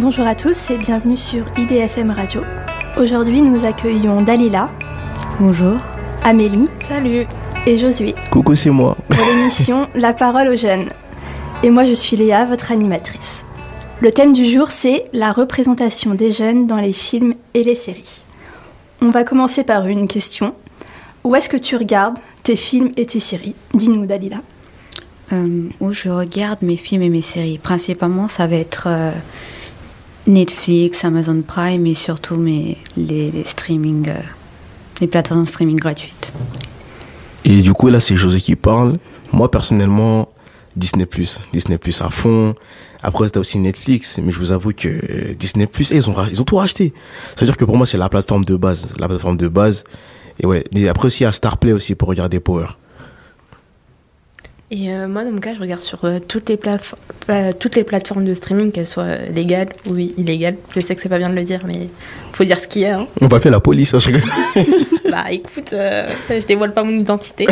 Bonjour à tous et bienvenue sur IDFM Radio. Aujourd'hui, nous accueillons Dalila. Bonjour. Amélie. Salut. Et Josué. Coucou, c'est moi. Pour l'émission La parole aux jeunes. Et moi, je suis Léa, votre animatrice. Le thème du jour, c'est la représentation des jeunes dans les films et les séries. On va commencer par une question. Où est-ce que tu regardes tes films et tes séries ? Dis-nous, Dalila. Où je regarde mes films et mes séries. Principalement, ça va être Netflix, Amazon Prime et surtout les streaming, les plateformes de streaming gratuites. Et du coup, là, c'est José qui parle. Moi, personnellement, Disney+. Disney+ à fond. Après, t'as aussi Netflix. Mais je vous avoue que Disney+, ils ont tout racheté. C'est-à-dire que pour moi, c'est la plateforme de base. La plateforme de base. Et ouais. Et après aussi, il y a Starplay aussi pour regarder Power. Et moi, dans mon cas, je regarde sur toutes les plateformes de streaming, qu'elles soient légales ou illégales. Je sais que c'est pas bien de le dire, mais faut dire ce qu'il y a. Hein. On va appeler la police, hein, je rigole. Bah écoute, je dévoile pas mon identité.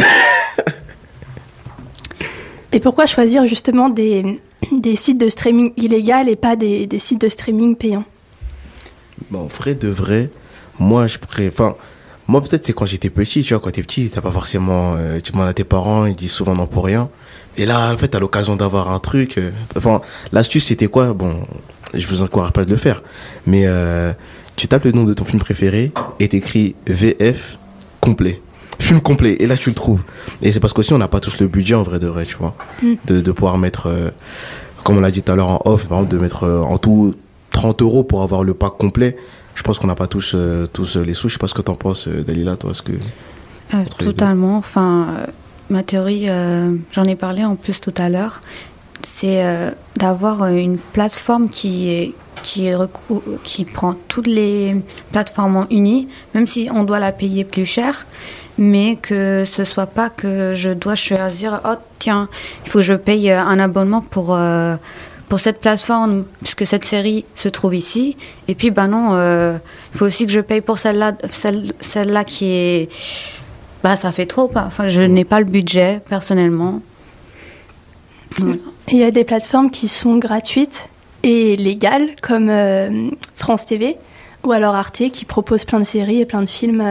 Et pourquoi choisir justement des sites de streaming illégaux et pas des sites de streaming payants ? Bon, en vrai de vrai, moi, moi, peut-être, c'est quand j'étais petit, tu vois, quand t'es petit, t'as pas forcément, tu demandes à tes parents, ils disent souvent non pour rien. Et là, en fait, t'as l'occasion d'avoir un truc, l'astuce, c'était quoi? Bon, je vous encourage pas de le faire. Mais, tu tapes le nom de ton film préféré et t'écris VF complet. Film complet. Et là, tu le trouves. Et c'est parce qu'aussi, on n'a pas tous le budget, en vrai de vrai, tu vois. De pouvoir mettre, comme on l'a dit tout à l'heure en off, par exemple, de mettre en tout 30 € pour avoir le pack complet. Je pense qu'on n'a pas tous les sous. Je sais pas ce que t'en penses, Dalila, toi, Totalement. Enfin, ma théorie, j'en ai parlé en plus tout à l'heure, c'est d'avoir une plateforme qui prend toutes les plateformes en uni, même si on doit la payer plus cher, mais que ce soit pas que je dois choisir, oh tiens, il faut que je paye un abonnement pour cette plateforme, puisque cette série se trouve ici. Et puis, non, il faut aussi que je paye pour celle-là qui est... ça fait trop. Enfin, je n'ai pas le budget, personnellement. Voilà. Il y a des plateformes qui sont gratuites et légales, comme France TV, ou alors Arte, qui propose plein de séries et plein de films...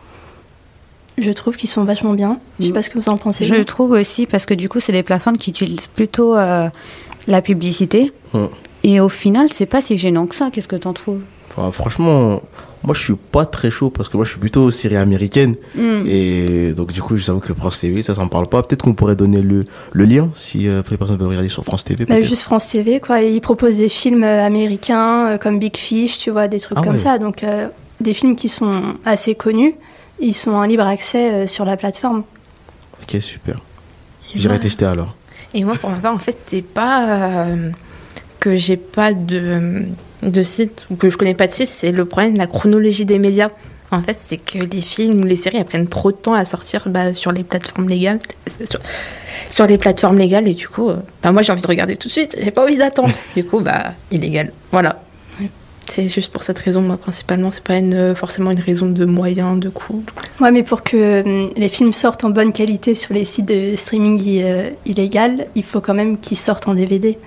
je trouve qu'ils sont vachement bien. Je sais pas ce que vous en pensez. Je trouve aussi, parce que du coup, c'est des plateformes qui utilisent plutôt la publicité. Et au final, c'est pas si gênant que ça. Qu'est-ce que t'en trouves ? Franchement, moi, je suis pas très chaud parce que moi, je suis plutôt série américaine. Et donc, du coup, je t'avoue que France TV, ça me parle pas. Peut-être qu'on pourrait donner le lien si les personnes veulent regarder sur France TV. Juste France TV, quoi. Ils proposent des films américains comme Big Fish, tu vois, des trucs comme ça. Donc, des films qui sont assez connus. Ils sont en libre accès sur la plateforme. Ok, super. J'irai tester alors. Et moi, pour ma part, en fait, c'est pas que j'ai pas de site ou que je connais pas de site, c'est le problème de la chronologie des médias. En fait, c'est que les films ou les séries, elles prennent trop de temps à sortir sur les plateformes légales. Sur les plateformes légales, et du coup, moi, j'ai envie de regarder tout de suite. J'ai pas envie d'attendre. Du coup, illégal. Voilà. C'est juste pour cette raison, moi, principalement. C'est pas forcément une raison de moyens, de coûts. Ouais, mais pour que les films sortent en bonne qualité sur les sites de streaming illégal, il faut quand même qu'ils sortent en DVD.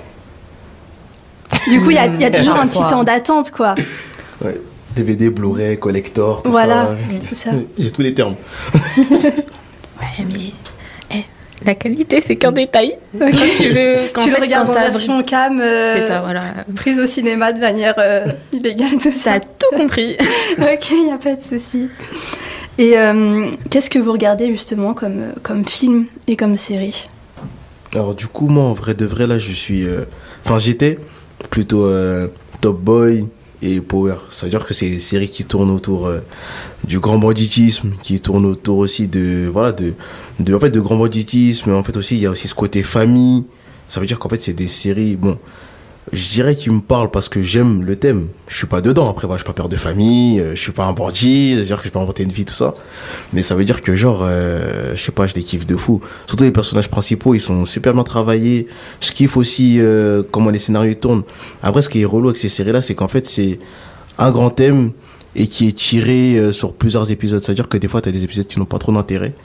Du coup, il y a toujours un petit temps d'attente, quoi. Ouais. DVD, Blu-ray, collector, tout ça. Tout ça. J'ai tous les termes. Ouais, mais... la qualité, c'est qu'un détail. Okay. Tu le regardes en version cam, c'est ça, voilà. Prise au cinéma de manière illégale, tout ça. T'as tout compris. Ok, il n'y a pas de souci. Et qu'est-ce que vous regardez justement comme film et comme série ? Alors du coup, moi, en vrai de vrai, là, je suis... j'étais plutôt Top Boy et Power. Ça veut dire que c'est des séries qui tournent autour du grand banditisme, qui tournent autour aussi de grand banditisme. Mais en fait aussi, il y a aussi ce côté famille. Ça veut dire qu'en fait, c'est des séries... Bon, je dirais qu'ils me parlent parce que j'aime le thème. Je suis pas dedans. Après, je suis pas père de famille, je suis pas un bandit, c'est-à-dire que je peux inventer une vie, tout ça. Mais ça veut dire que je sais pas, je les kiffe de fou. Surtout les personnages principaux, ils sont super bien travaillés. Je kiffe aussi comment les scénarios tournent. Après, ce qui est relou avec ces séries-là, c'est qu'en fait, c'est un grand thème et qui est tiré sur plusieurs épisodes. C'est-à-dire que des fois, t'as des épisodes qui n'ont pas trop d'intérêt.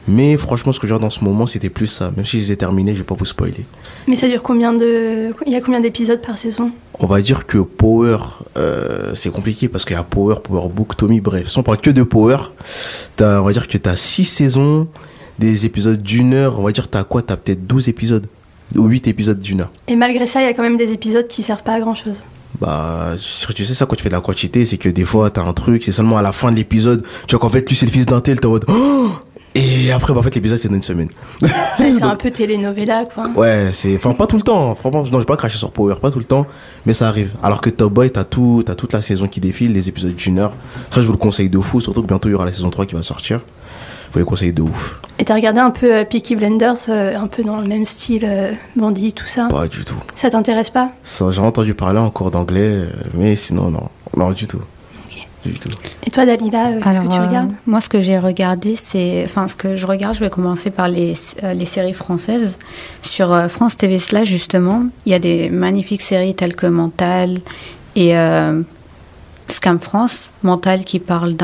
Mais franchement, ce que je regarde en ce moment, c'était plus ça. Même si je les ai terminés, je vais pas vous spoiler. Mais ça dure il y a combien d'épisodes par saison? On va dire que Power, c'est compliqué parce qu'il y a Power, Power Book, Tommy, bref. Si on parle que de Power, on va dire que t'as 6 saisons, des épisodes d'1 heure. On va dire t'as peut-être 12 épisodes ou 8 épisodes d'1 heure. Et malgré ça, il y a quand même des épisodes qui servent pas à grand-chose. Bah, tu sais ça quand tu fais de la quantité, c'est que des fois t'as un truc, c'est seulement à la fin de l'épisode, tu vois qu'en fait, lui c'est le fils d'un tel, t'es en mode oh, et après, bah, en fait, l'épisode c'est dans une semaine. Ouais, c'est un peu telenovela, quoi. Ouais, enfin, pas tout le temps, franchement, non, j'ai pas craché sur Power, pas tout le temps, mais ça arrive. Alors que Top Boy, t'as toute la saison qui défile, les épisodes d'1 heure. Ça, je vous le conseille de fou, surtout que bientôt il y aura la saison 3 qui va sortir. Je vous les conseille de ouf. Et t'as regardé un peu Peaky Blinders, un peu dans le même style, bandit, tout ça? Pas du tout. Ça t'intéresse pas? Ça, j'ai entendu parler en cours d'anglais, mais sinon, non, du tout. Okay. Du tout. Et toi, Dalila, qu'est-ce que tu regardes? Moi, ce que j'ai regardé, ce que je regarde, je vais commencer par les séries françaises. Sur France TV Slash, justement, il y a des magnifiques séries telles que Mental et Scam France. Mental qui parle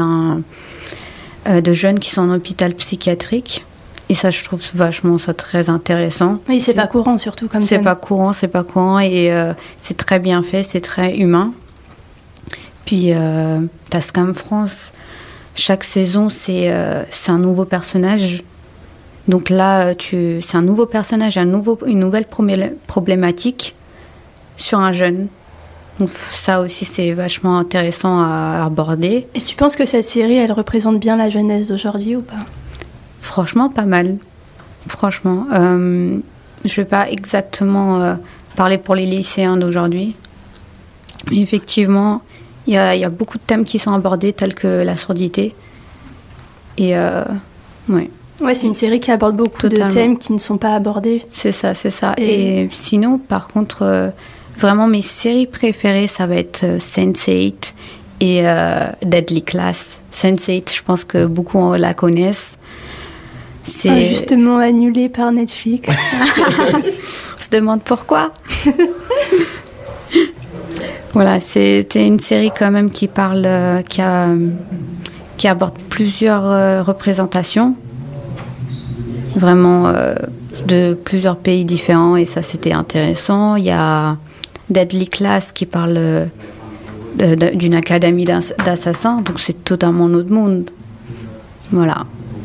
de jeunes qui sont en hôpital psychiatrique. Et ça, je trouve vachement ça très intéressant. Oui, c'est pas courant, surtout comme ça. C'est pas courant et c'est très bien fait, c'est très humain. Puis, t'as Scam France. Chaque saison, c'est un nouveau personnage. Donc là, c'est un nouveau personnage, une nouvelle problématique sur un jeune. Donc ça aussi, c'est vachement intéressant à aborder. Et tu penses que cette série, elle représente bien la jeunesse d'aujourd'hui ou pas? Franchement, pas mal. Franchement. Je vais pas exactement parler pour les lycéens d'aujourd'hui. Mais effectivement, il y a beaucoup de thèmes qui sont abordés, tels que la surdité. Et ouais. Ouais, c'est une série qui aborde beaucoup de thèmes qui ne sont pas abordés. C'est ça. Et sinon, par contre, vraiment, mes séries préférées, ça va être Sense8 et Deadly Class. Sense8, je pense que beaucoup la connaissent. C'est justement annulé par Netflix. On se demande pourquoi. Voilà, c'était une série quand même qui parle, qui aborde plusieurs représentations, vraiment de plusieurs pays différents, et ça c'était intéressant. Il y a Deadly Class qui parle d'une académie d'assassins, donc c'est totalement un autre monde. Voilà.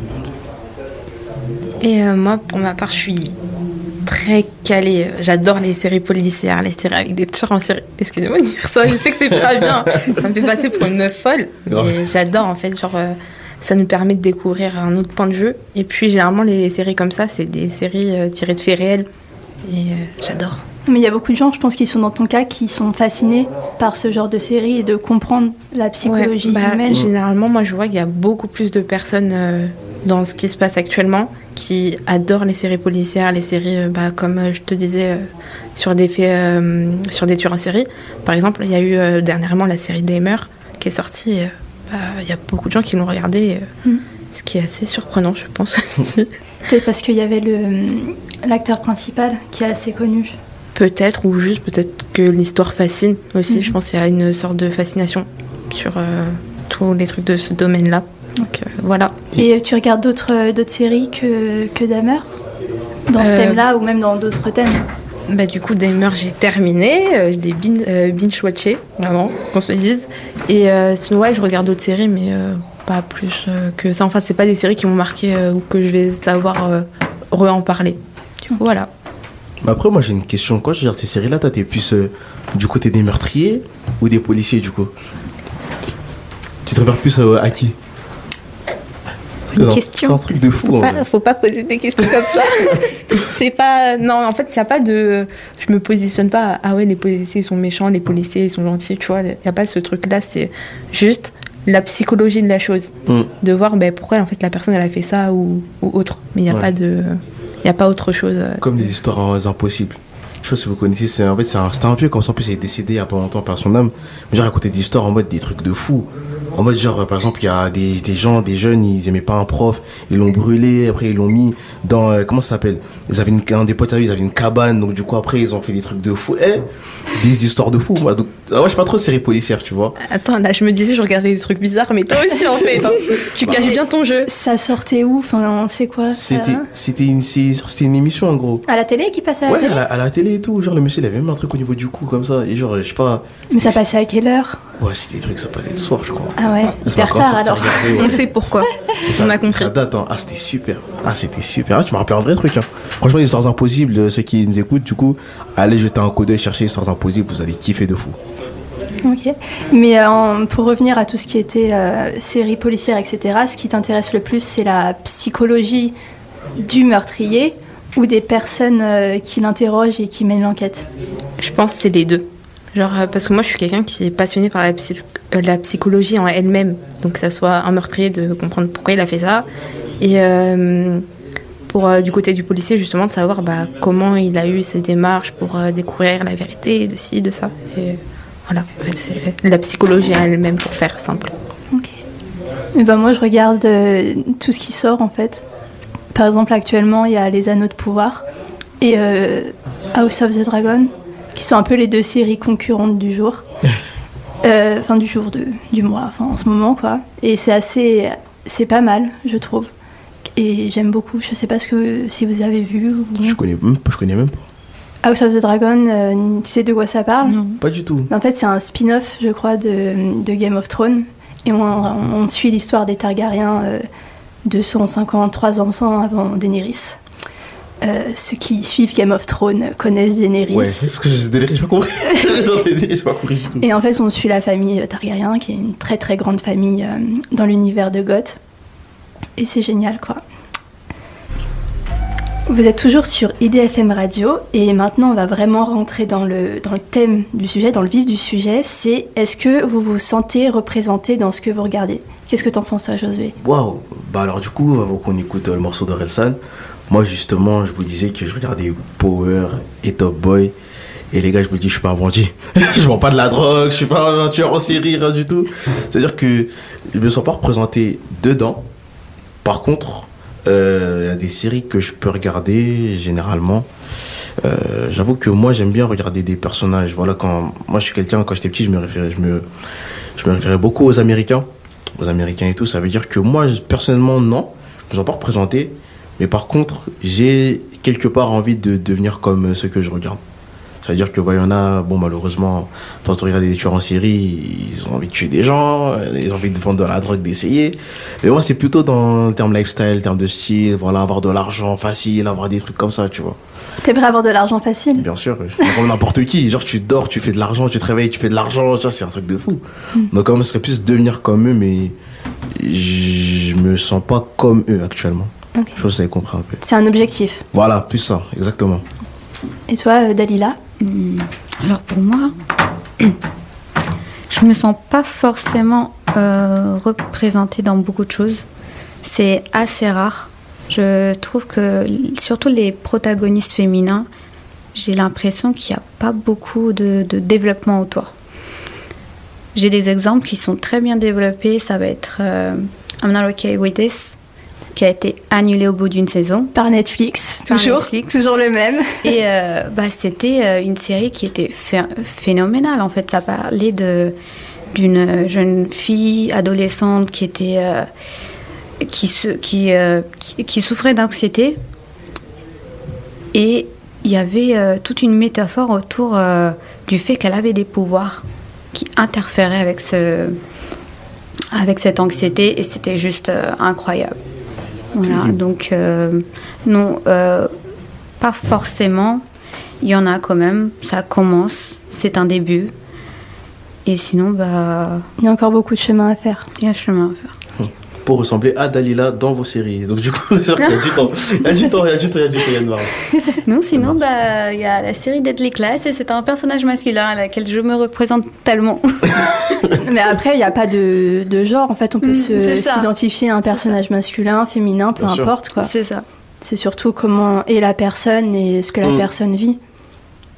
Et moi, pour ma part, je suis très calée. J'adore les séries policières, les séries avec des tueurs en série. Excusez-moi de dire ça, je sais que c'est pas bien. Ça me fait passer pour une meuf folle. Mais j'adore, en fait, ça nous permet de découvrir un autre point de vue. Et puis, généralement, les séries comme ça, c'est des séries tirées de faits réels. Et j'adore. Mais il y a beaucoup de gens, je pense, qui sont dans ton cas, qui sont fascinés par ce genre de série et de comprendre la psychologie humaine. Généralement, moi, je vois qu'il y a beaucoup plus de personnes dans ce qui se passe actuellement qui adorent les séries policières, les séries, comme je te disais, sur des faits, sur des tueurs en série. Par exemple, il y a eu dernièrement la série Dahmer qui est sortie. Il y a beaucoup de gens qui l'ont regardée, ce qui est assez surprenant, je pense. Peut-être parce qu'il y avait l'acteur principal qui est assez connu. Peut-être, ou juste peut-être que l'histoire fascine aussi. Je pense qu'il y a une sorte de fascination sur tous les trucs de ce domaine-là. Donc voilà. Et tu regardes d'autres séries que Dahmer dans ce thème-là ou même dans d'autres thèmes? Du coup, Dahmer, j'ai terminé. Je l'ai binge-watché, vraiment, qu'on se le dise. Et sinon, ouais, je regarde d'autres séries, mais pas plus que ça. Enfin, c'est pas des séries qui m'ont marqué ou que je vais savoir en parler. Du coup, voilà. Après, moi, j'ai une question. Quand je regarde ces séries-là, toi, t'es plus du côté des meurtriers ou des policiers, du coup? Tu te préfères plus à qui? Une question. C'est un truc de fou. Faut pas poser des questions comme ça. C'est pas. Non, en fait, il n'y a pas de. Je me positionne pas. Ah ouais, les policiers ils sont méchants, les policiers ils sont gentils, tu vois. Il n'y a pas ce truc-là. C'est juste la psychologie de la chose. De voir pourquoi en fait la personne elle a fait ça ou autre. Mais il n'y a pas de. Il n'y a pas autre chose. Comme des histoires impossibles. Je sais pas si vous connaissez, c'était un vieux comme ça, en plus il est décédé il y a pas longtemps par son âme. Mais genre, racontait des histoires en mode des trucs de fou. En mode genre, par exemple, il y a des jeunes, ils aimaient pas un prof, ils l'ont brûlé, après ils l'ont mis dans, comment ça s'appelle? Ils avaient un des potes à eux, ils avaient une cabane, donc du coup après ils ont fait des trucs de fou. Des histoires de fou, moi. Donc, moi je suis pas trop série policière, tu vois. Attends, là je me disais, je regardais des trucs bizarres, mais toi aussi en fait. Hein. Tu caches bien ton jeu. Ça sortait où? Enfin, c'est quoi? C'était une émission en gros. À la télé qui passait à la télé? Ouais, à la télé et tout. Genre le monsieur il avait même un truc au niveau du cou comme ça. Et genre, je sais pas. Mais ça passait à quelle heure? Ouais, c'était des trucs, ça passait de soir, je crois. Ah ouais, hyper tard alors. On sait pourquoi. On a compris. Ça date, hein. Ah, c'était super. Ah, tu m'as rappelé un vrai truc, hein. Franchement, les histoires impossibles, ceux qui nous écoutent, du coup, allez jeter un coup d'œil, chercher les histoires impossibles, vous allez kiffer de fou. Ok. Mais pour revenir à tout ce qui était séries policières, etc., ce qui t'intéresse le plus, c'est la psychologie du meurtrier ou des personnes qui l'interrogent et qui mènent l'enquête? Je pense que c'est les deux. Genre, parce que moi, je suis quelqu'un qui est passionné par la psychologie en elle-même. Donc, que ça soit un meurtrier, de comprendre pourquoi il a fait ça. Et du côté du policier, justement, de savoir comment il a eu ses démarches pour découvrir la vérité de ci, de ça. Et voilà, en fait, c'est la psychologie en elle-même, pour faire simple. Ok. Et moi, je regarde tout ce qui sort, en fait. Par exemple, actuellement, il y a Les Anneaux de Pouvoir et House of the Dragon, qui sont un peu les deux séries concurrentes du jour. Enfin, du mois, enfin, en ce moment, quoi. Et c'est pas mal, je trouve. Et j'aime beaucoup. Je sais pas si vous avez vu. Je connais même pas. House of the Dragon, tu sais de quoi ça parle? Non. Pas du tout. En fait, c'est un spin-off, je crois, de Game of Thrones. Et on suit l'histoire des Targaryens 250, 300 avant Daenerys. Ceux qui suivent Game of Thrones connaissent Daenerys. Ouais, est-ce que Daenerys, j'ai pas compris. J'ai pas compris du tout. Et en fait, on suit la famille Targaryen, qui est une très très grande famille dans l'univers de Goth. Et c'est génial, quoi. Vous êtes toujours sur IDFM Radio, et maintenant on va vraiment rentrer dans le thème du sujet, dans le vif du sujet. C'est, est-ce que vous vous sentez représenté dans ce que vous regardez? Qu'est-ce que t'en penses, toi, Josué? Waouh. Alors du coup, avant qu'on écoute le morceau d'Orelsan, moi justement, je vous disais que je regardais Power et Top Boy. Et les gars, je me dis, je suis pas un bandit. Je vends pas de la drogue, je suis pas un tueur en série, rien du tout. C'est-à-dire que je me sens pas représenté dedans. Par contre, y a des séries que je peux regarder généralement. J'avoue que moi, j'aime bien regarder des personnages. Voilà, moi, je suis quelqu'un, quand j'étais petit, je me référais beaucoup aux Américains et tout. Ça veut dire que moi, personnellement, non, je ne suis pas représenté. Mais par contre, j'ai quelque part envie de devenir comme ceux que je regarde. Ça veut dire que, il y en a, malheureusement, à force de regarder des tueurs en série, ils ont envie de tuer des gens, ils ont envie de vendre de la drogue, d'essayer. Mais moi, c'est plutôt dans le terme lifestyle, le terme de style, voilà, avoir de l'argent facile, avoir des trucs comme ça, tu vois. T'aimerais avoir de l'argent facile? Bien sûr, comme n'importe qui. Genre, tu dors, tu fais de l'argent, tu te réveilles, tu fais de l'argent, genre, c'est un truc de fou. Donc, moi, ce serait plus devenir comme eux, mais je me sens pas comme eux actuellement. Okay. Je pense que vous avez compris un peu. C'est un objectif. Voilà, plus ça, exactement. Et toi, Dalila? Alors pour moi, je me sens pas forcément représentée dans beaucoup de choses. C'est assez rare. Je trouve que surtout les protagonistes féminins, j'ai l'impression qu'il n'y a pas beaucoup de développement autour. J'ai des exemples qui sont très bien développés. Ça va être I'm Not Okay With This, qui a été annulé au bout d'une saison. Par Netflix, toujours le même. Et c'était une série qui était phénoménale, en fait. Ça parlait d'une jeune fille adolescente qui était qui souffrait d'anxiété. Et il y avait toute une métaphore autour du fait qu'elle avait des pouvoirs qui interféraient avec cette anxiété, et c'était juste incroyable. Voilà, donc non, pas forcément. Il y en a quand même, ça commence, c'est un début. Et sinon, il y a encore beaucoup de chemin à faire. Il y a un chemin à faire. Pour ressembler à Dalila dans vos séries. Donc du coup, il y a du temps. Il y a du temps, Non, sinon, il y a la série Deadly Class, et c'est un personnage masculin à laquelle je me représente tellement. Mais après, il n'y a pas de genre. En fait, on peut s'identifier à un personnage masculin, féminin, peu importe, quoi. C'est ça. C'est surtout comment est la personne et ce que la personne vit.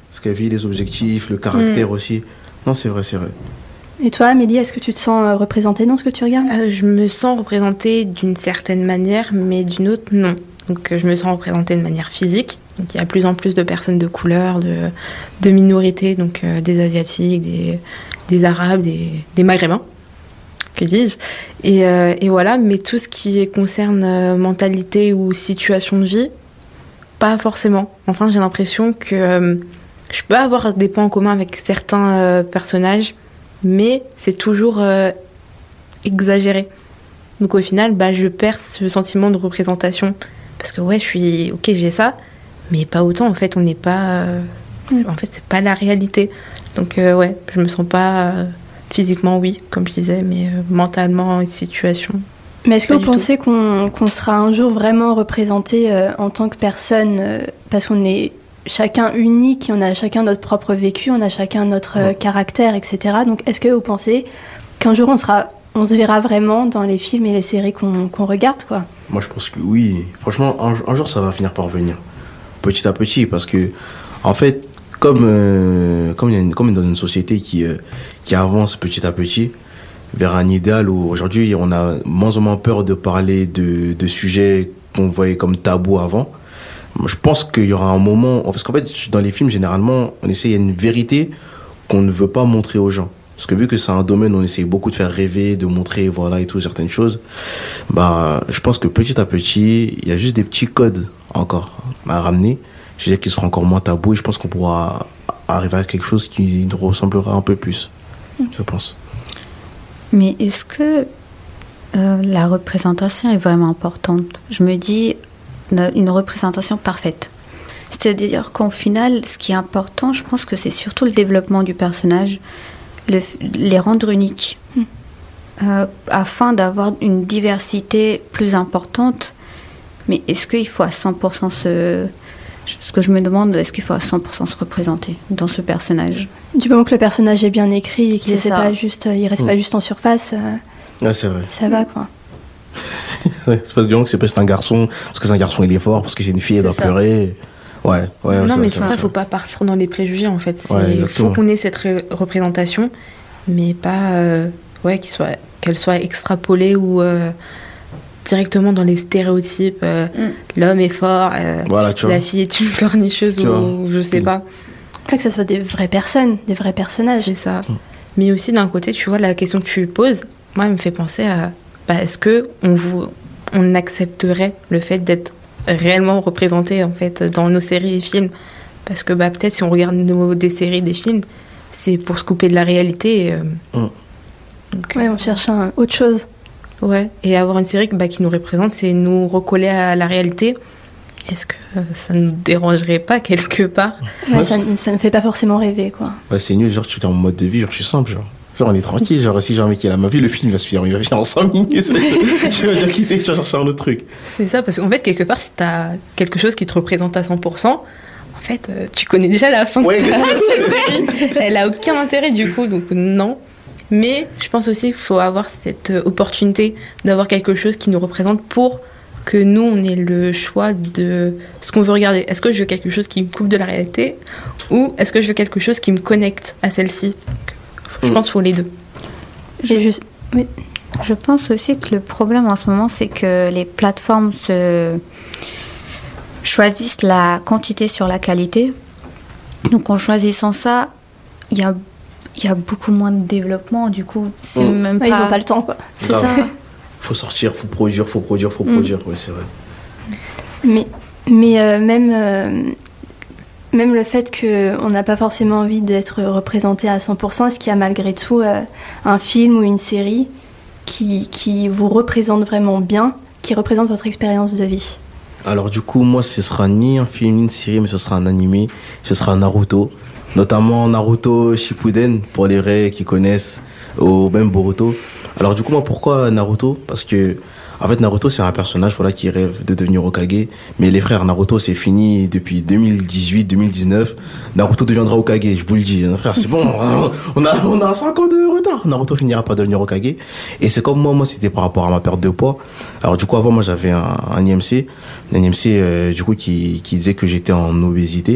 ce qu'elle vit, les objectifs, le caractère aussi. Non, c'est vrai. Et toi, Amélie, est-ce que tu te sens représentée dans ce que tu regardes ? Je me sens représentée d'une certaine manière, mais d'une autre, non. Donc, je me sens représentée de manière physique. Donc, il y a de plus en plus de personnes de couleur, de minorités, donc des Asiatiques, des Arabes, des Maghrébins, que dis-je. Et voilà, mais tout ce qui concerne mentalité ou situation de vie, pas forcément. Enfin, j'ai l'impression que je peux avoir des points en commun avec certains personnages, mais c'est toujours exagéré. Donc au final, je perds ce sentiment de représentation. Parce que ouais, ok, j'ai ça, mais pas autant. En fait, on n'est pas... En fait, c'est pas la réalité. Donc ouais, je me sens pas... physiquement, oui, comme je disais, mais mentalement, situation... Mais est-ce que vous pensez qu'on sera un jour vraiment représenté en tant que personne parce qu'on est chacun unique, on a chacun notre propre vécu, on a chacun notre caractère, etc. Donc est-ce que vous pensez qu'un jour on se verra vraiment dans les films et les séries qu'on regarde, quoi ? Moi, je pense que oui. Franchement, un jour, ça va finir par venir. Petit à petit, parce que, en fait, comme on est dans une société qui avance petit à petit vers un idéal où aujourd'hui on a moins en moins peur de parler de sujets qu'on voyait comme tabous avant. Je pense qu'il y aura un moment, parce qu'en fait dans les films généralement il y a une vérité qu'on ne veut pas montrer aux gens, parce que vu que c'est un domaine où on essaie beaucoup de faire rêver, de montrer voilà et tout certaines choses, je pense que petit à petit il y a juste des petits codes encore à ramener, je dirais qu'ils seront encore moins tabous, et je pense qu'on pourra arriver à quelque chose qui nous ressemblera un peu plus, je pense. Mais est-ce que la représentation est vraiment importante ? Je me dis une représentation parfaite. C'est-à-dire qu'au final, ce qui est important, je pense que c'est surtout le développement du personnage, les rendre uniques, afin d'avoir une diversité plus importante. Mais est-ce qu'il faut à 100% ce que je me demande, est-ce qu'il faut à 100% se représenter dans ce personnage ? Du moment que le personnage est bien écrit et qu'il reste pas juste en surface, c'est vrai. Ça va, quoi. C'est parce que c'est pas un garçon, parce que c'est un garçon il est fort, parce que c'est une fille elle doit pleurer. Ouais, non, mais c'est ça, faut pas partir dans les préjugés en fait. Il faut qu'on ait cette représentation, mais pas qu'elle soit extrapolée ou directement dans les stéréotypes. L'homme est fort, la fille est une pleurnicheuse ou je sais pas. Pas que ça soit des vraies personnes, des vrais personnages. C'est ça. Mais aussi d'un côté, tu vois, la question que tu poses, moi, elle me fait penser à est-ce que on accepterait le fait d'être réellement représenté en fait dans nos séries et films, parce que peut-être si on regarde des séries, des films, c'est pour se couper de la réalité. Donc, on cherche autre chose. Ouais, et avoir une série qui nous représente, c'est nous recoller à la réalité. Est-ce que ça nous dérangerait pas quelque part ? Ça ne fait pas forcément rêver, quoi. C'est nul, genre tu es en mode de vie, genre je suis simple, genre on est tranquille, genre si j'ai un mec qui a ma vie, le film va se finir en 5 minutes, je vais déjà quitter, je vais chercher un autre truc. C'est ça, parce qu'en fait, quelque part, si t'as quelque chose qui te représente à 100%, en fait, tu connais déjà la fin de cette série. Elle a aucun intérêt du coup, donc non. Mais je pense aussi qu'il faut avoir cette opportunité d'avoir quelque chose qui nous représente pour que nous, on ait le choix de ce qu'on veut regarder. Est-ce que je veux quelque chose qui me coupe de la réalité ou est-ce que je veux quelque chose qui me connecte à celle-ci ? Je pense qu'il faut les deux. Je pense aussi que le problème en ce moment, c'est que les plateformes choisissent la quantité sur la qualité. Donc en choisissant ça, il y a beaucoup moins de développement. Du coup, c'est même pas... Ils n'ont pas le temps, quoi. C'est ça. Faut sortir, faut produire. Oui, c'est vrai. Mais même le fait qu'on n'a pas forcément envie d'être représenté à 100%, est-ce qu'il y a malgré tout un film ou une série qui vous représente vraiment bien, qui représente votre expérience de vie ? Alors du coup, moi, ce sera ni un film ni une série, mais ce sera un animé, ce sera Naruto. Notamment Naruto Shippuden, pour les vrais qui connaissent, ou même Boruto. Alors du coup, moi, pourquoi Naruto ? Parce que, en fait, Naruto, c'est un personnage qui rêve de devenir Hokage. Mais les frères, Naruto, c'est fini depuis 2018-2019. Naruto deviendra Hokage, je vous le dis. Frère, c'est bon, on a 5 ans de retard. Naruto finira par devenir Hokage. Et c'est comme moi, c'était par rapport à ma perte de poids. Alors du coup, avant, moi, j'avais un IMC. Un IMC, du coup, qui disait que j'étais en obésité.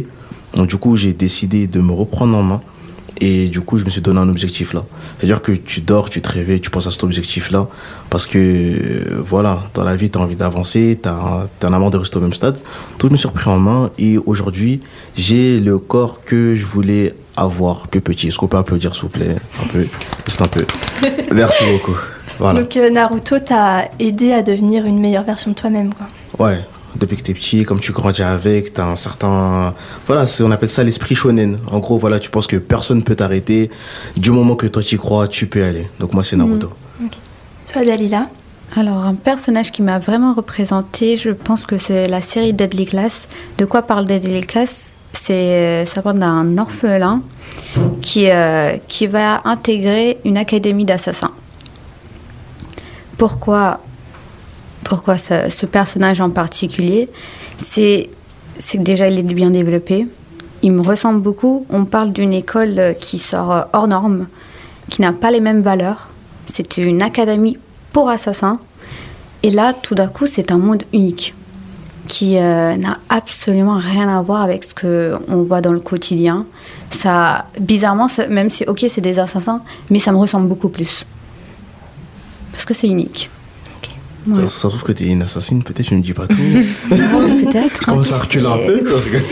Donc du coup, j'ai décidé de me reprendre en main. Et du coup, je me suis donné un objectif là. C'est-à-dire que tu dors, tu te réveilles, tu penses à cet objectif-là. Parce que, voilà, dans la vie, tu as envie d'avancer, tu as un amour de rester au même stade. Donc, je me suis repris en main et aujourd'hui, j'ai le corps que je voulais avoir plus petit. Est-ce qu'on peut applaudir, s'il vous plaît? Un peu, juste un peu. Merci beaucoup. Voilà. Donc, Naruto t'a aidé à devenir une meilleure version de toi-même, quoi. Ouais. Depuis que t'es petit, comme tu grandis avec, t'as un certain... Voilà, on appelle ça l'esprit shonen. En gros, voilà, tu penses que personne ne peut t'arrêter. Du moment que toi, tu y crois, tu peux y aller. Donc moi, c'est Naruto. Okay. Toi, Dalila? Alors, un personnage qui m'a vraiment représenté, je pense que c'est la série Deadly Class. De quoi parle Deadly Class? Ça parle d'un orphelin qui va intégrer une académie d'assassins. Pourquoi ce personnage en particulier? C'est que déjà il est bien développé, il me ressemble beaucoup. On parle d'une école qui sort hors norme, qui n'a pas les mêmes valeurs. C'est une académie pour assassins. Et là, tout d'un coup, c'est un monde unique qui n'a absolument rien à voir avec ce qu'on voit dans le quotidien. Ça, bizarrement, même si, ok, c'est des assassins, mais ça me ressemble beaucoup plus. Parce que c'est unique. Ouais. Ça se trouve que t'es une assassine, peut-être, tu ne dis pas tout. Peut-être. Comment ça recule un peu?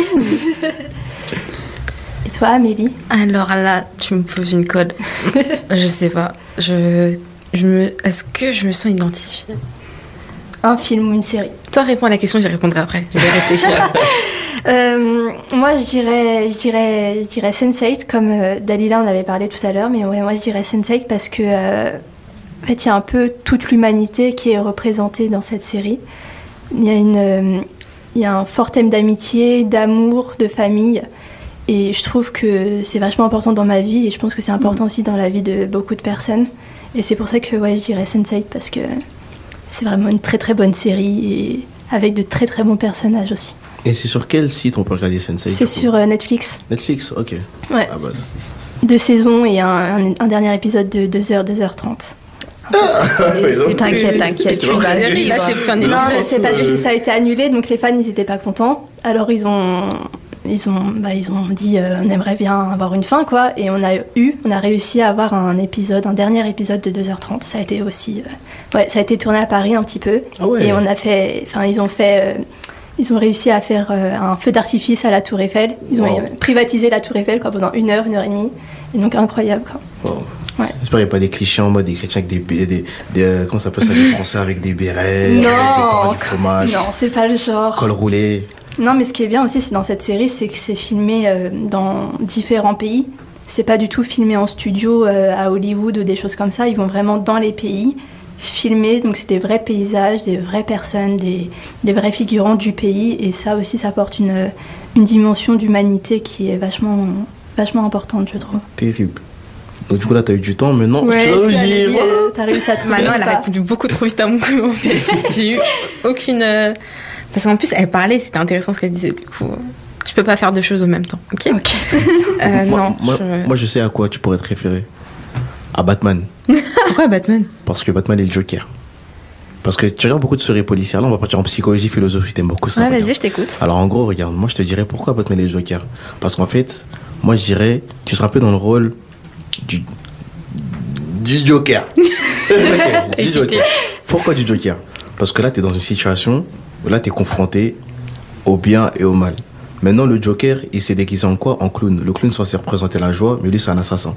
Et toi, Amélie? Alors là, tu me poses une colle. Je sais pas. Est-ce que je me sens identifiée? Un film ou une série? Toi, réponds à la question, j'y répondrai après. Je vais réfléchir. Moi, je dirais Sense8, comme Dalila en avait parlé tout à l'heure. Mais ouais, moi, je dirais Sense8 parce que... En fait, il y a un peu toute l'humanité qui est représentée dans cette série. Il y a un fort thème d'amitié, d'amour, de famille. Et je trouve que c'est vachement important dans ma vie. Et je pense que c'est important aussi dans la vie de beaucoup de personnes. Et c'est pour ça que ouais, je dirais Sense8 parce que c'est vraiment une très très bonne série et avec de très très bons personnages aussi. Et c'est sur quel site on peut regarder Sense8? C'est sur Netflix. Netflix, ok. Ouais. À base. 2 saisons et un dernier épisode de 2h, 2h30. T'inquiète, tu vas vivre. Non, c'est parce que ça a été annulé, donc les fans ils étaient pas contents. Alors ils ont dit on aimerait bien avoir une fin quoi, et on a réussi à avoir un dernier épisode de 2h30. Ça a été aussi, ça a été tourné à Paris un petit peu, et ils ont réussi à faire un feu d'artifice à la Tour Eiffel. Ils ont privatisé la Tour Eiffel quoi, pendant 1 heure et demie, et donc incroyable quoi. Wow. Ouais. J'espère qu'il n'y a pas des clichés en mode des chrétiens avec des comment ça s'appelle ça, des Français avec des bérets, non, avec du fromage. Non, c'est pas le genre. Col roulé. Non, mais ce qui est bien aussi, c'est dans cette série, c'est que c'est filmé dans différents pays. C'est pas du tout filmé en studio à Hollywood ou des choses comme ça. Ils vont vraiment dans les pays filmer. Donc c'est des vrais paysages, des vraies personnes, des vrais figurants du pays. Et ça aussi, ça apporte une dimension d'humanité qui est vachement importante, je trouve. Terrible. Donc du coup là t'as eu du temps, maintenant t'as réussi à trouver. Maintenant elle a répondu beaucoup trop vite à mon coup en fait. J'ai eu aucune... Parce qu'en plus elle parlait, c'était intéressant ce qu'elle disait. Du coup, tu peux pas faire 2 choses en même temps. Ok. Moi je sais à quoi tu pourrais te référer. À Batman. Pourquoi Batman? Parce que Batman est le Joker. Parce que tu regardes beaucoup de séries policières, là on va partir en psychologie, philosophie, t'aimes beaucoup ça. Ouais, vas-y, je t'écoute. Alors en gros, regarde, moi je te dirais pourquoi Batman est le Joker. Parce qu'en fait, moi je dirais, tu seras un peu dans le rôle du Joker. Okay, du Joker. Pourquoi du Joker? Parce que là t'es dans une situation où là t'es confronté au bien et au mal. Maintenant le Joker, il s'est déguisé en quoi? En clown. Le clown censé représenter la joie, mais lui c'est un assassin.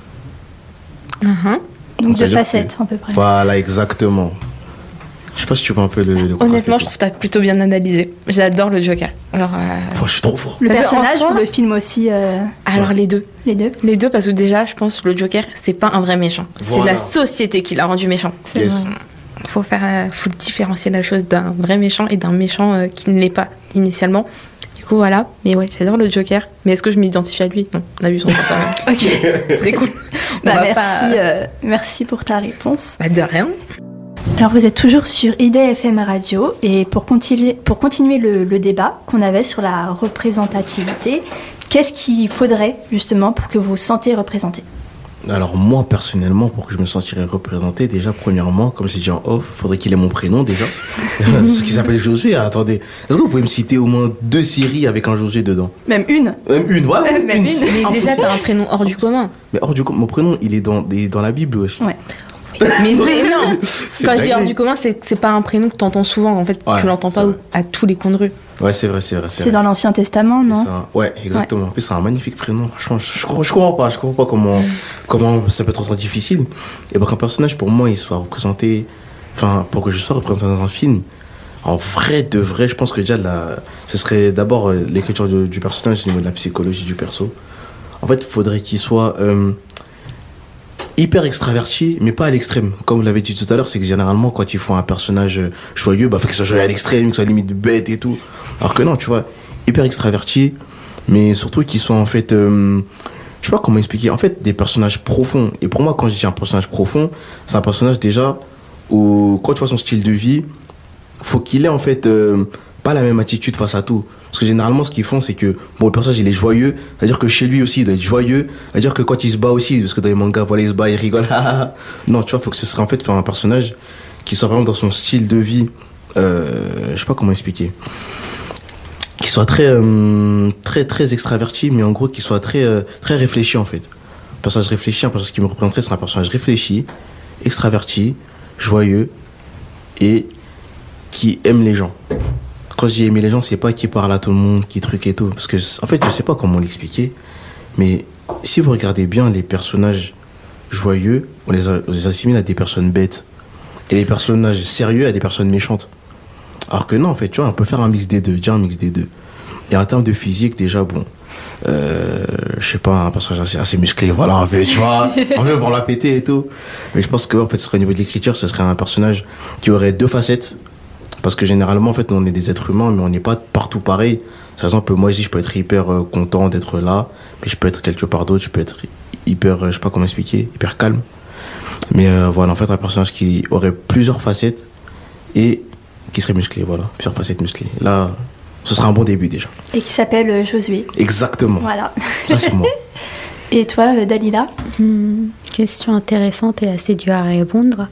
Donc 2 facettes à peu près. Voilà, exactement. Je sais pas si tu vois un peu le Honnêtement, je trouve que t'as plutôt bien analysé. J'adore le Joker. Alors, je suis trop fort. Le personnage ou le film aussi Alors les deux. Les deux parce que déjà, je pense que le Joker, c'est pas un vrai méchant. Voilà. C'est la société qui l'a rendu méchant. Yes. Faut différencier la chose d'un vrai méchant et d'un méchant qui ne l'est pas initialement. Du coup, voilà. Mais ouais, j'adore le Joker. Mais est-ce que je m'identifie à lui? Non, on a vu son nom quand même. Ok. Très cool. Merci pour ta réponse. De rien. Alors vous êtes toujours sur IDFM Radio et pour continuer le débat qu'on avait sur la représentativité, qu'est-ce qu'il faudrait justement pour que vous vous sentiez représenté? Alors moi personnellement, pour que je me sentirais représenté, déjà premièrement, comme j'ai dit en off, faudrait qu'il ait mon prénom déjà, ce qui s'appelle Josué. Attendez, est-ce que vous pouvez me citer au moins 2 séries avec un Josué dedans? Même une. Voilà. Mais déjà, t'as un prénom hors du commun. Mais hors du commun, mon prénom, il est dans la Bible, wesh. Ouais. Mais non, C'est quand je dis hors dingue. du commun, c'est pas un prénom que t'entends souvent. En fait, Ouais, tu l'entends c'est pas vrai. à tous les coins de rue. Ouais, c'est vrai. C'est dans l'Ancien Testament, non? Ouais, exactement. En plus, c'est un magnifique prénom. Franchement, je comprends pas comment ça peut être autant difficile. Et pour qu'un personnage, pour moi, il soit représenté, enfin, pour que je sois représenté dans un film, en vrai, de vrai, je pense que déjà, ce serait d'abord l'écriture du personnage au niveau de la psychologie du perso. En fait, il faudrait qu'il soit hyper extraverti, mais pas à l'extrême. Comme vous l'avez dit tout à l'heure, c'est que généralement, quand ils font un personnage joyeux, faut qu'il soit joyeux à l'extrême, qu'il soit limite bête et tout. Alors que non, tu vois, hyper extraverti, mais surtout qu'ils soient en fait, je sais pas comment expliquer, en fait, des personnages profonds. Et pour moi, quand je dis un personnage profond, c'est un personnage déjà où, quand tu vois son style de vie, faut qu'il ait en fait pas la même attitude face à tout. Parce que généralement, ce qu'ils font, c'est que bon, le personnage il est joyeux, c'est-à-dire que chez lui aussi il doit être joyeux, c'est-à-dire que quand il se bat aussi, parce que dans les mangas, voilà, il se bat, il rigole. Non, tu vois, faut que ce serait en fait faire un personnage qui soit vraiment dans son style de vie, je sais pas comment expliquer, qui soit très extraverti, mais en gros qui soit très réfléchi en fait. Un personnage réfléchi, un personnage qui me représenterait, c'est un personnage réfléchi, extraverti, joyeux et qui aime les gens. Quand je dis aimer les gens, c'est pas qui parle à tout le monde, qui truc et tout. Parce que, en fait, je sais pas comment l'expliquer, mais si vous regardez bien les personnages joyeux, on les assimile à des personnes bêtes. Et les personnages sérieux à des personnes méchantes. Alors que non, en fait, tu vois, on peut faire un mix des deux, déjà un mix des deux. Et en termes de physique, déjà, bon, je sais pas, un personnage assez musclé, voilà, en fait, tu vois, en fait, on l'a péter et tout. Mais je pense que, en fait, ce serait au niveau de l'écriture, ce serait un personnage qui aurait 2 facettes. Parce que généralement, en fait, on est des êtres humains, mais on n'est pas partout pareil. Par exemple, moi, ici, je peux être hyper content d'être là, mais je peux être quelque part d'autre, je peux être hyper, je sais pas comment expliquer, hyper calme. Mais voilà, en fait, un personnage qui aurait plusieurs facettes et qui serait musclé, voilà, plusieurs facettes musclées. Là, ce sera un bon début déjà. Et qui s'appelle Josué. Exactement. Voilà. Là, c'est moi. Et toi, Dalila? Question intéressante et assez dure à répondre.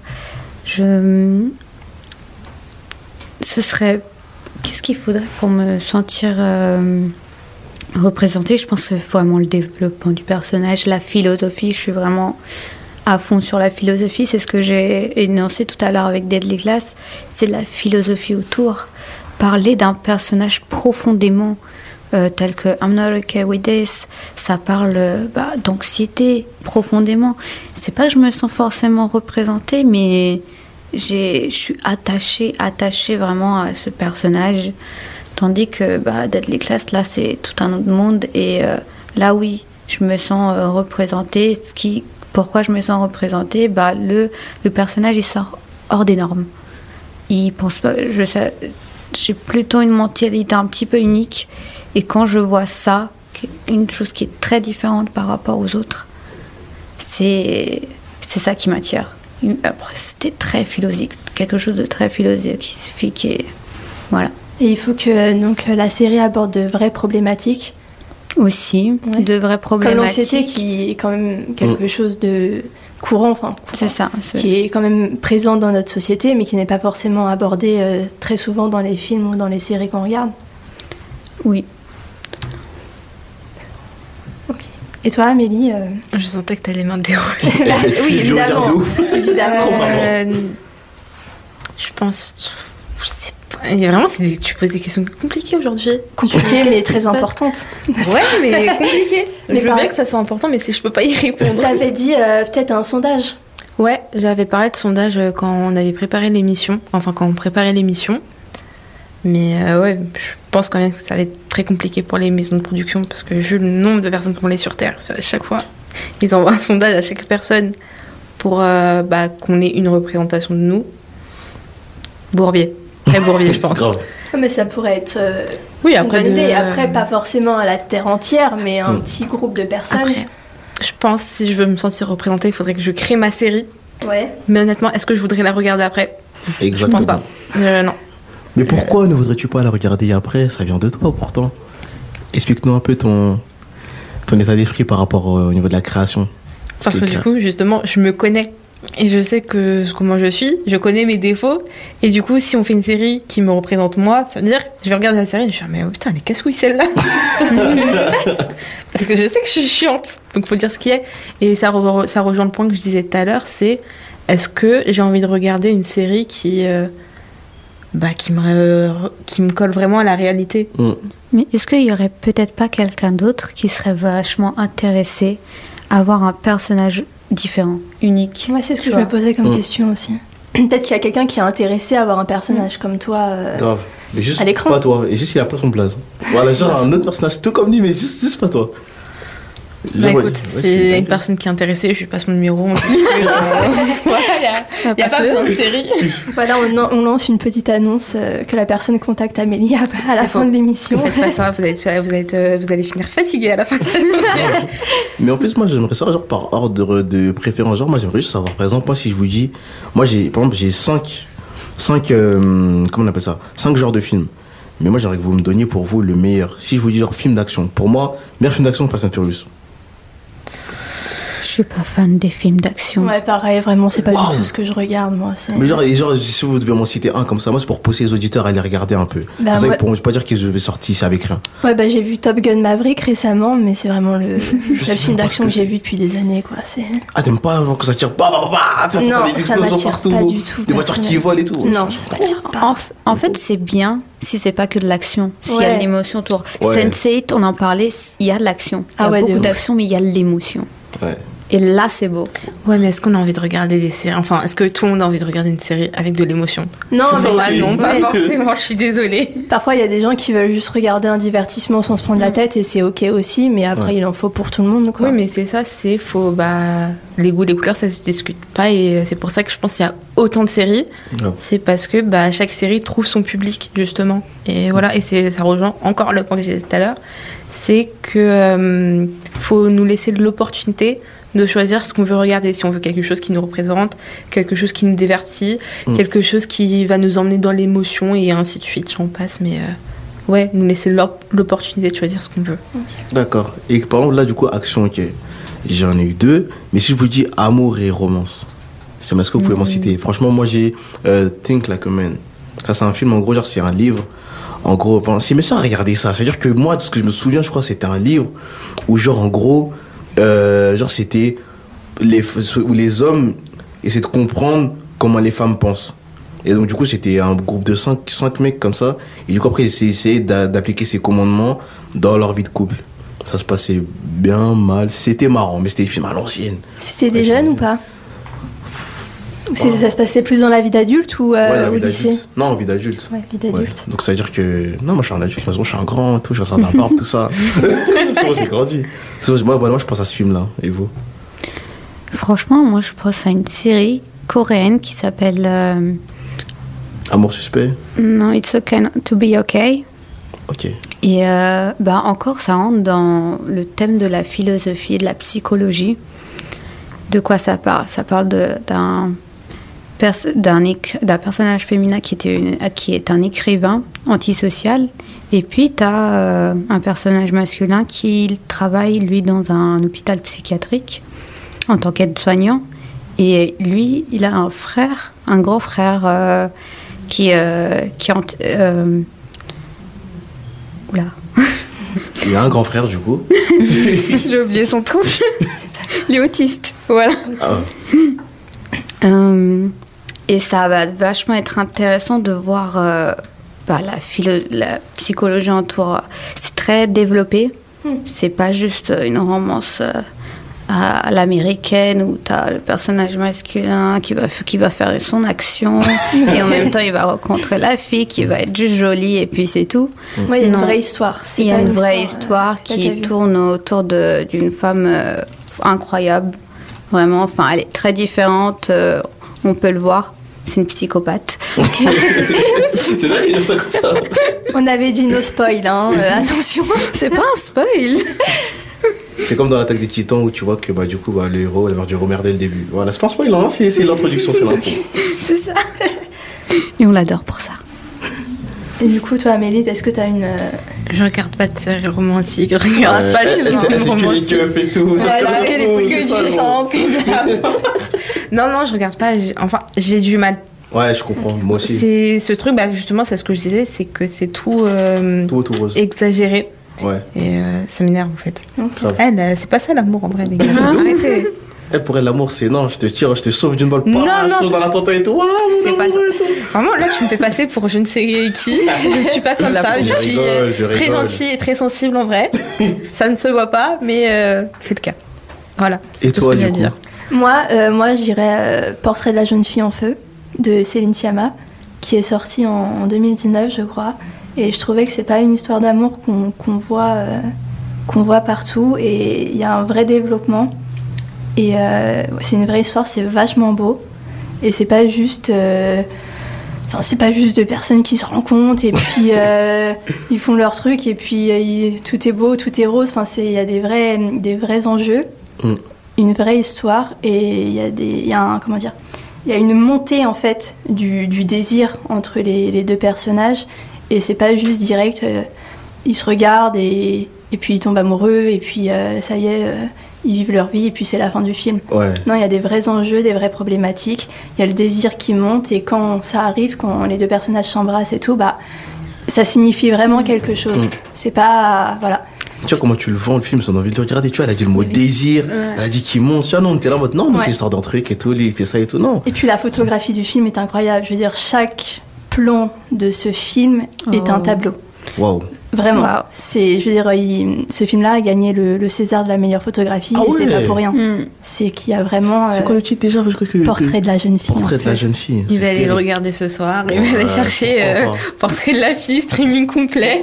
Ce serait... Qu'est-ce qu'il faudrait pour me sentir représentée? Je pense que vraiment le développement du personnage, la philosophie, je suis vraiment à fond sur la philosophie. C'est ce que j'ai énoncé tout à l'heure avec Deadly Class. C'est la philosophie autour. Parler d'un personnage profondément tel que I'm not okay with this, ça parle d'anxiété profondément. C'est pas que je me sens forcément représentée, mais je suis attachée vraiment à ce personnage, tandis que Deadly Class, là c'est tout un autre monde, et là oui, je me sens représentée. Pourquoi je me sens représentée? Le personnage il sort hors des normes, il pense pas, j'ai plutôt une mentalité un petit peu unique, et quand je vois ça, une chose qui est très différente par rapport aux autres, c'est ça qui m'attire. Après, c'était très philosophique, quelque chose de très philosophique, et voilà. Et il faut que donc la série aborde de vraies problématiques. Aussi, Ouais. de vraies problématiques. Comme l'anxiété, qui est quand même quelque chose de courant, C'est ça. qui est quand même présent dans notre société, mais qui n'est pas forcément abordé très souvent dans les films ou dans les séries qu'on regarde. Oui. Et toi, Amélie Je sentais que t'allais m'interroger. Oui, évidemment. Je pense... Je sais pas. Et vraiment, tu poses des questions compliquées aujourd'hui. Compliquée, mais très importante. Ouais, mais compliquées. Mais Je veux bien que ça soit important, mais je peux pas y répondre. T'avais dit peut-être un sondage. Ouais, j'avais parlé de sondage quand on avait préparé l'émission. Enfin, quand on préparait l'émission. Mais ouais, je pense quand même que ça va être très compliqué pour les maisons de production, parce que vu le nombre de personnes qu'on est sur Terre, à chaque fois, ils envoient un sondage à chaque personne pour qu'on ait une représentation de nous. Bourbier. Très Bourbier, je pense. Mais ça pourrait être Oui, une après bonne idée. Après, pas forcément à la Terre entière, mais un petit groupe de personnes. Après, je pense, si je veux me sentir représentée, il faudrait que je crée ma série. Ouais. Mais honnêtement, est-ce que je voudrais la regarder après? Exactement. Je pense pas. Non. Mais pourquoi ne voudrais-tu pas la regarder après? Ça vient de toi pourtant. Explique-nous un peu ton état d'esprit par rapport au niveau de la création. Parce que du coup, justement, je me connais. Et je sais comment je suis, je connais mes défauts. Et du coup, si on fait une série qui me représente moi, ça veut dire que je vais regarder la série et je vais dire, mais putain, elle est casse-couille celle-là. Parce que je sais que je suis chiante. Donc, faut dire ce qui est. Et ça rejoint le point que je disais tout à l'heure, c'est est-ce que j'ai envie de regarder une série qui me colle vraiment à la réalité. Mais est-ce qu'il y aurait peut-être pas quelqu'un d'autre qui serait vachement intéressé à avoir un personnage différent, unique? Ouais, c'est ce que je me posais comme question aussi. Peut-être qu'il y a quelqu'un qui est intéressé à avoir un personnage comme toi grave. Mais juste à l'écran. Pas toi, et juste il a pas son place. Voilà, genre un autre personnage tout comme lui, mais juste pas toi. Bah écoute, c'est une personne qui est intéressée, je lui passe mon numéro. Il n'y a pas besoin de série. Voilà, on lance une petite annonce que la personne contacte Amélie à la fin de l'émission. Ne faites pas ça, vous allez finir fatigué à la fin de la journée. Mais en plus, moi j'aimerais savoir, genre par ordre de préférence, genre moi j'aimerais juste savoir, par exemple, moi si je vous dis, moi j'ai 5 comment on appelle ça, 5 genres de films. Mais moi j'aimerais que vous me donniez pour vous le meilleur. Si je vous dis genre film d'action, pour moi, meilleur film d'action, Fast and Furious. Je suis pas fan des films d'action. Ouais, pareil, vraiment, c'est pas du tout ce que je regarde, moi. Mais genre, si vous devez m'en citer un comme ça, moi, c'est pour pousser les auditeurs à les regarder un peu. Bah, ça, pour ne pas dire qu'ils avaient sorti ça avec rien. Ouais, j'ai vu Top Gun Maverick récemment, mais c'est vraiment le seul film d'action que j'ai vu depuis des années, quoi. Ah, t'aimes pas que ça tire non, ça m'attire partout, pas du tout. Des voitures qui volent et tout. Non, ça m'attire pas. En fait, c'est bien si c'est pas que de l'action, s'il y a de l'émotion autour. Ouais. Sense8, on en parlait, il y a de l'action. Il y a beaucoup d'action, mais il y a de l'émotion. Ouais. Et là, c'est beau. Ouais, mais est-ce qu'on a envie de regarder des séries? Enfin, est-ce que tout le monde a envie de regarder une série avec de l'émotion? Non, non, pas forcément, je suis désolée. Parfois, il y a des gens qui veulent juste regarder un divertissement sans se prendre la tête, et c'est ok aussi, mais après, il en faut pour tout le monde, quoi. Oui, mais c'est ça, les goûts, les couleurs, ça se discute pas, et c'est pour ça que je pense qu'il y a autant de séries. C'est parce que chaque série trouve son public, justement. Et voilà, et ça rejoint encore le point que je disais tout à l'heure, c'est que faut nous laisser de l'opportunité de choisir ce qu'on veut regarder, si on veut quelque chose qui nous représente, quelque chose qui nous divertit, quelque chose qui va nous emmener dans l'émotion et ainsi de suite, j'en passe, mais nous laisser l'opportunité de choisir ce qu'on veut. D'accord. Et par exemple, là, du coup, action, ok, j'en ai eu 2, mais si je vous dis amour et romance, est-ce que vous pouvez m'en citer? Franchement, moi, j'ai Think Like a Man. Ça, c'est un film, en gros, genre, c'est un livre. En gros, c'est méchant à regarder ça. C'est-à-dire que moi, de ce que je me souviens, je crois, c'était un livre où, genre, en gros, c'était où les hommes essaient de comprendre comment les femmes pensent. Et donc, du coup, c'était un groupe de 5 mecs comme ça. Et du coup, après, ils essayaient d'appliquer ces commandements dans leur vie de couple. Ça se passait bien, mal. C'était marrant, mais c'était des films à l'ancienne. C'était des jeunes ou pas? Ça se passait plus dans la vie d'adulte ou au lycée? Non, en vie d'adulte. Ouais, vie d'adulte. Ouais. Donc ça veut dire que... Non, moi je suis un adulte, de toute façon je suis un grand, tout, je suis un certain barbe, tout ça. C'est bon, j'ai grandi. Moi je pense à ce film-là. Et vous? Franchement, moi je pense à une série coréenne qui s'appelle... Amour suspect? Non, It's Okay to be okay. Ok. Et encore, ça rentre dans le thème de la philosophie et de la psychologie. De quoi ça parle? Ça parle d'un personnage féminin qui est un écrivain antisocial. Et puis, tu as un personnage masculin qui travaille, lui, dans un hôpital psychiatrique en tant qu'aide-soignant. Et lui, il a un grand frère qui oula. Il a un grand frère, du coup. J'ai oublié son trouble. Il est autiste, voilà. Et ça va vachement être intéressant de voir la psychologie autour. C'est très développé. C'est pas juste une romance à l'américaine où tu as le personnage masculin qui va faire son action et en même temps il va rencontrer la fille qui va être juste jolie et puis c'est tout. Ouais, il y a une vraie histoire. Il y a une vraie histoire qui tourne autour d'une femme incroyable. Vraiment, enfin, elle est très différente. On peut le voir. C'est une psychopathe. C'est vrai qu'il dit ça comme ça. On avait dit no spoil, hein. Attention. C'est pas un spoil. C'est comme dans l'Attaque des Titans où tu vois que du coup le héros elle meurt du remords dès le début. Voilà, c'est pas un spoil, hein, c'est l'introduction, c'est l'intro. C'est ça. Et on l'adore pour ça. Et du coup, toi, Amélie, est-ce que t'as une... Je regarde pas de séries romantiques, je regarde pas de films romantiques. C'est que les keufs et tout. Que du sang, que de l'amour. Non, je regarde pas. J'ai du mal. Ouais, je comprends. Moi aussi. C'est ce truc, justement, c'est ce que je disais, c'est que c'est tout rose. exagéré. Ouais. Et ça m'énerve, en fait. Okay. Elle, c'est pas ça l'amour, en vrai, les gars. Arrêtez. Elle, pour elle, l'amour, c'est non, je te tire, je te sauve d'une balle. Non, dans l'attentat et tout. C'est pas ça. Vraiment, là, tu me fais passer pour je ne sais qui. Je suis pas comme ça. Je suis très gentille et très sensible, en vrai. Ça ne se voit pas, mais c'est le cas. Voilà. Et toi, du coup dire. Moi, je dirais Portrait de la jeune fille en feu de Céline Sciamma, qui est sorti en 2019, je crois. Et je trouvais que c'est pas une histoire d'amour qu'on voit partout. Et il y a un vrai développement. Et c'est une vraie histoire, c'est vachement beau. Et c'est pas juste... c'est pas juste deux personnes qui se rencontrent et puis ils font leur truc et puis tout est beau, tout est rose. Il y a des vrais enjeux, une vraie histoire et il y a une montée en fait du désir entre les deux personnages et c'est pas juste direct. Ils se regardent et puis ils tombent amoureux et puis ça y est. Ils vivent leur vie et puis c'est la fin du film. Ouais. Non, il y a des vrais enjeux, des vraies problématiques. Il y a le désir qui monte et quand ça arrive, quand les deux personnages s'embrassent et tout, ça signifie vraiment quelque chose. C'est pas... Voilà. Tu vois comment tu le vends le film, son envie de le regarder. Tu vois, elle a dit le mot désir, elle a dit qu'il monte. Tu vois, non, on était là en mode non, c'est l'histoire d'un truc et tout, lui il fait ça et tout. Non. Et puis la photographie du film est incroyable. Je veux dire, chaque plan de ce film est un tableau. Waouh. Vraiment. Wow. Ce film-là a gagné le César de la meilleure photographie et c'est pas pour rien. C'est qu'il y a vraiment. C'est quoi le titre déjà? Portrait de la jeune fille. Portrait de la jeune fille. Il va aller le regarder ce soir. Il va aller chercher Portrait de la fille, streaming complet.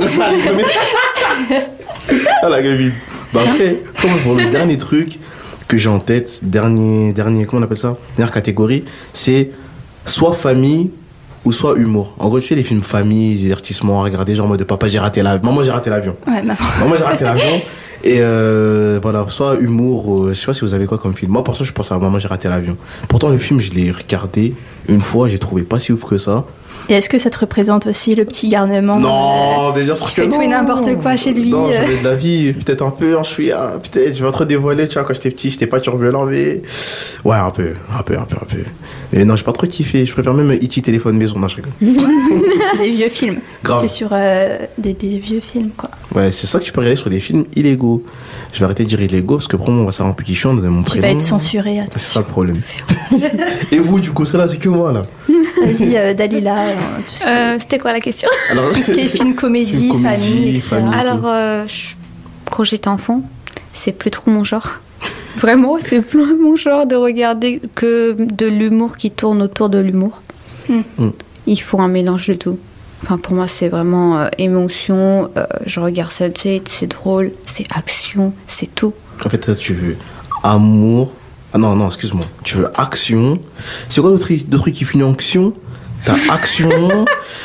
Ah la gamine. Après, pour le dernier truc que j'ai en tête, dernier, comment on appelle ça? Dernière catégorie, c'est soit famille. Ou soit humour. En gros, tu fais les films famille, divertissement, regarder genre en mode papa, j'ai raté l'avion. Maman, j'ai raté l'avion. Ouais, maman, j'ai raté l'avion. Et voilà, soit humour, je sais pas si vous avez quoi comme film. Moi, pour ça, je pense à Maman, j'ai raté l'avion. Pourtant, le film, je l'ai regardé une fois, j'ai trouvé pas si ouf que ça. Et est-ce que ça te représente aussi le petit garnement? Non, mais bien sûr que non. Qui fait tout et n'importe quoi chez lui. Non, j'avais de la vie, peut-être un peu, peut-être, je vais trop dévoiler, tu vois, quand j'étais petit, j'étais pas turbulent, mais... Ouais, un peu. Mais non, j'ai pas trop kiffé, je préfère même E.T. téléphone maison, non, je rigole. Des vieux films. Grave. C'est sur des vieux films, quoi. Ouais, c'est ça que tu peux regarder sur des films illégaux. Je vais arrêter de dire illégaux, parce que pour moi, on va savoir un peu qui chante de mon prénom. Tu vas être censuré, attention. C'est ça le problème. Et vous, du coup, c'est que moi, là. Vas-y, Dalila. C'était quoi la question? Alors, tout ce qui est film comédie, famille, etc. Alors, quand j'étais enfant, c'est plus trop mon genre. Vraiment, c'est plus mon genre de regarder que de l'humour qui tourne autour de l'humour. Il faut un mélange de tout. Enfin, pour moi, c'est vraiment émotion. Je regarde Sunset, c'est drôle, c'est action, c'est tout. En fait, tu veux amour. Ah non, excuse-moi. Tu veux action. C'est quoi d'autres trucs qui finissent en action? T'as action,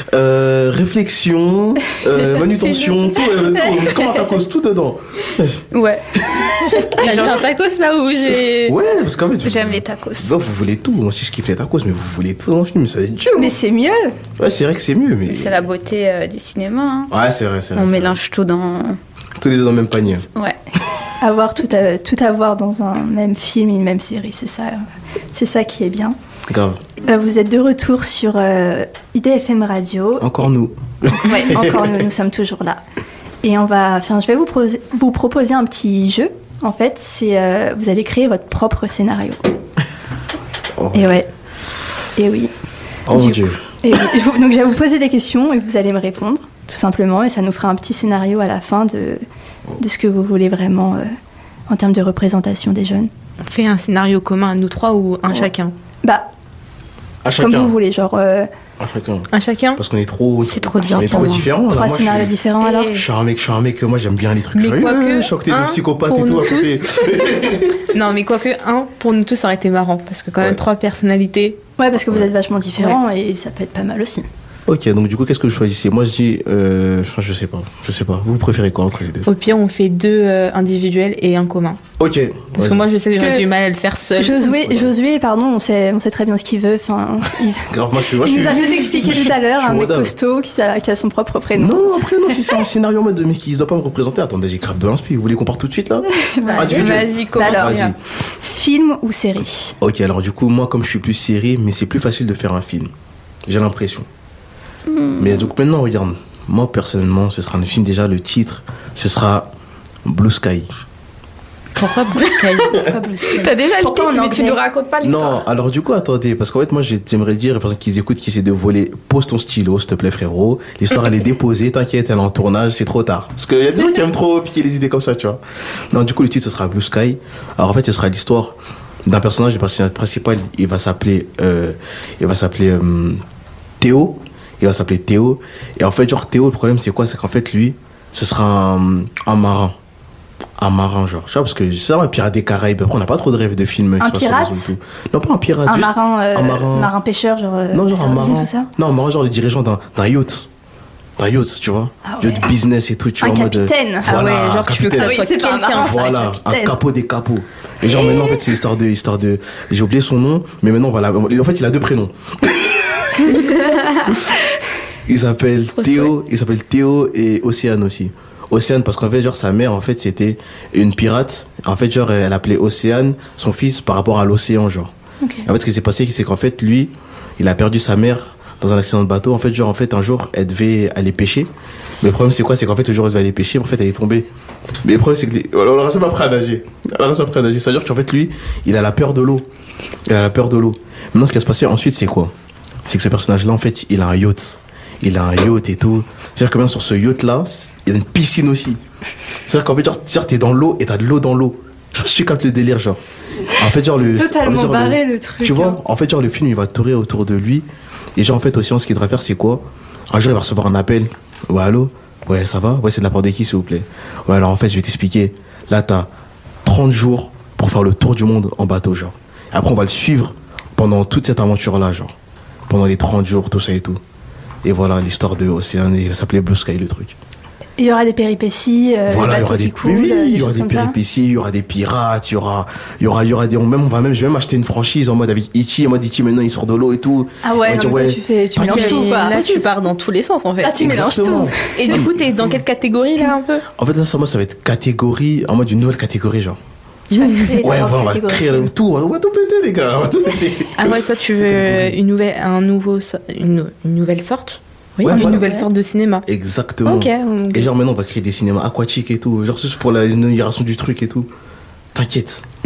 réflexion, manutention, tout, comme un tacos, tout dedans. Ouais. J'ai un tacos là où j'ai... Ouais, parce qu'en fait... J'aime les tacos. Non, vous voulez tout. Moi aussi, je kiffe les tacos, mais vous voulez tout dans le film. Ça va être dur. Mais c'est mieux. Ouais, c'est vrai que c'est mieux, mais... C'est la beauté du cinéma. Hein. Ouais, c'est vrai. On mélange tout dans... Tous les deux dans le même panier. Ouais. Tout avoir dans un même film, une même série, c'est ça qui est bien. Grave. Vous êtes de retour sur IDFM Radio. Encore nous. Ouais, encore nous sommes toujours là. Et je vais vous proposer un petit jeu. En fait, c'est vous allez créer votre propre scénario. Oh. Et ouais. Et oui. Oh mon Dieu. Donc je vais vous poser des questions et vous allez me répondre, tout simplement. Et ça nous fera un petit scénario à la fin de ce que vous voulez vraiment en termes de représentation des jeunes. On fait un scénario commun à nous trois ou un chacun? À chacun. Comme vous voulez, genre... À chacun. Un chacun? Parce qu'on est trop... C'est trop dur. On est trop différents. Trois scénarios différents, alors. Je suis un mec, moi j'aime bien les trucs mais curieux. Je suis à côté de psychopathe et tout. Non, mais quoique, pour nous tous, ça aurait été marrant. Parce que quand même, 3 personnalités... Ouais, parce que vous êtes vachement différents et ça peut être pas mal aussi. Ok, donc du coup, qu'est-ce que vous choisissez? Moi, je dis, je sais pas. Vous préférez quoi entre les deux? Au pire, on fait 2 individuels et un commun. Ok. Parce que moi, je sais que j'ai du mal à le faire seul. Josué, pardon, on sait très bien ce qu'il veut. Enfin, Grave, il nous a juste expliqué tout à l'heure, un mec costaud qui a son propre prénom. Non, après, non, si c'est un scénario en mode mais qui ne doit pas me représenter. Attendez, j'ai grave de l'inspi. Vous voulez qu'on parte tout de suite là? Vas-y, commence. Alors, film ou série? Ok, alors du coup, moi, comme je suis plus série, mais c'est plus facile de faire un film. J'ai l'impression. Mais donc maintenant, regarde, moi personnellement, ce sera un film déjà, le titre, ce sera Blue Sky. Pourquoi Blue Sky? T'as déjà le titre, mais tu nous racontes pas l'histoire. Non, alors du coup, attendez, parce qu'en fait, moi, j'aimerais dire aux personnes qui écoutent, qui essaient de voler, pose ton stylo, s'il te plaît, frérot. L'histoire, elle est déposée, t'inquiète, elle est en tournage, c'est trop tard. Parce qu'il y a des gens qui aiment trop piquer les idées comme ça, tu vois. Non, du coup, le titre, ce sera Blue Sky. Alors en fait, ce sera l'histoire d'un personnage, le personnage principal, il va s'appeler Théo. Il va s'appeler Théo. Et en fait, genre, Théo, le problème, c'est quoi? C'est qu'en fait, lui, ce sera un marin. Un marin, genre. Tu vois, parce que c'est un pirate des Caraïbes. Après, on n'a pas trop de rêves de films. Un pirate? Non, pas un pirate. Un marin pêcheur, genre. Non, genre un marin. Tout ça. Non, un marin, genre le dirigeant d'un yacht. D'un yacht, tu vois. Ah ouais. Yacht business et tout, tu vois. Un capitaine. Voilà, ah ouais, genre, tu veux que ça soit quelqu'un. Voilà, un capot des capots. Et genre, maintenant, en fait, c'est l'histoire de. J'ai oublié son nom, mais maintenant, voilà. En fait, il a 2 prénoms. Il s'appelle Théo et Océane aussi. Océane parce qu'en fait genre sa mère en fait c'était une pirate. En fait genre elle appelait Océane son fils par rapport à l'océan genre. Okay. En fait ce qui s'est passé c'est qu'en fait lui il a perdu sa mère dans un accident de bateau. En fait un jour elle devait aller pêcher. Mais le problème c'est quoi? C'est qu'en fait le jour où elle devait aller pêcher en fait elle est tombée. Mais le problème c'est que on l'a pas prêt à nager. C'est-à-dire qu'en fait lui il a la peur de l'eau. Maintenant ce qui va se passer ensuite c'est quoi? C'est que ce personnage là en fait il a un yacht. Il a un yacht et tout. C'est-à-dire que même sur ce yacht-là, il y a une piscine aussi. C'est-à-dire qu'en fait, genre, t'es dans l'eau et t'as de l'eau dans l'eau. Je sais pas si tu captes le délire, genre. En fait, genre, totalement barré le truc. Tu vois, en fait, genre, le film, il va tourner autour de lui. Et genre, en fait, aussi, ce qu'il devrait faire, c'est quoi? Un jour, il va recevoir un appel. Ouais, allô? Ouais, ça va? Ouais, c'est de la part de qui, s'il vous plaît? Ouais, alors en fait, je vais t'expliquer. Là, t'as 30 jours pour faire le tour du monde en bateau, genre. Et après, on va le suivre pendant toute cette aventure-là, genre. Pendant les 30 jours, tout ça et tout. Et voilà l'histoire de Océane, il va s'appeler Blue Sky le truc. Il y aura des péripéties, voilà, il y aura des péripéties, il y aura des pirates, je vais même acheter une franchise en mode avec Ichi, en mode Ichi maintenant il sort de l'eau et tout. Ah ouais, non, mais tu mélanges tout. Là tu pars dans tous les sens en fait. Là tu mélanges tout. Et du coup t'es dans quelle catégorie là un peu? En fait moi ça va être catégorie, en mode une nouvelle catégorie genre. Tu vas créer on va créer tout, on va tout péter les gars, on va tout péter. Ah ouais, toi tu veux une nouvelle sorte? Oui, ouais, une nouvelle sorte de cinéma. Exactement. Okay. Et genre maintenant on va créer des cinémas aquatiques et tout, genre juste pour l'inauguration du truc et tout. T'inquiète.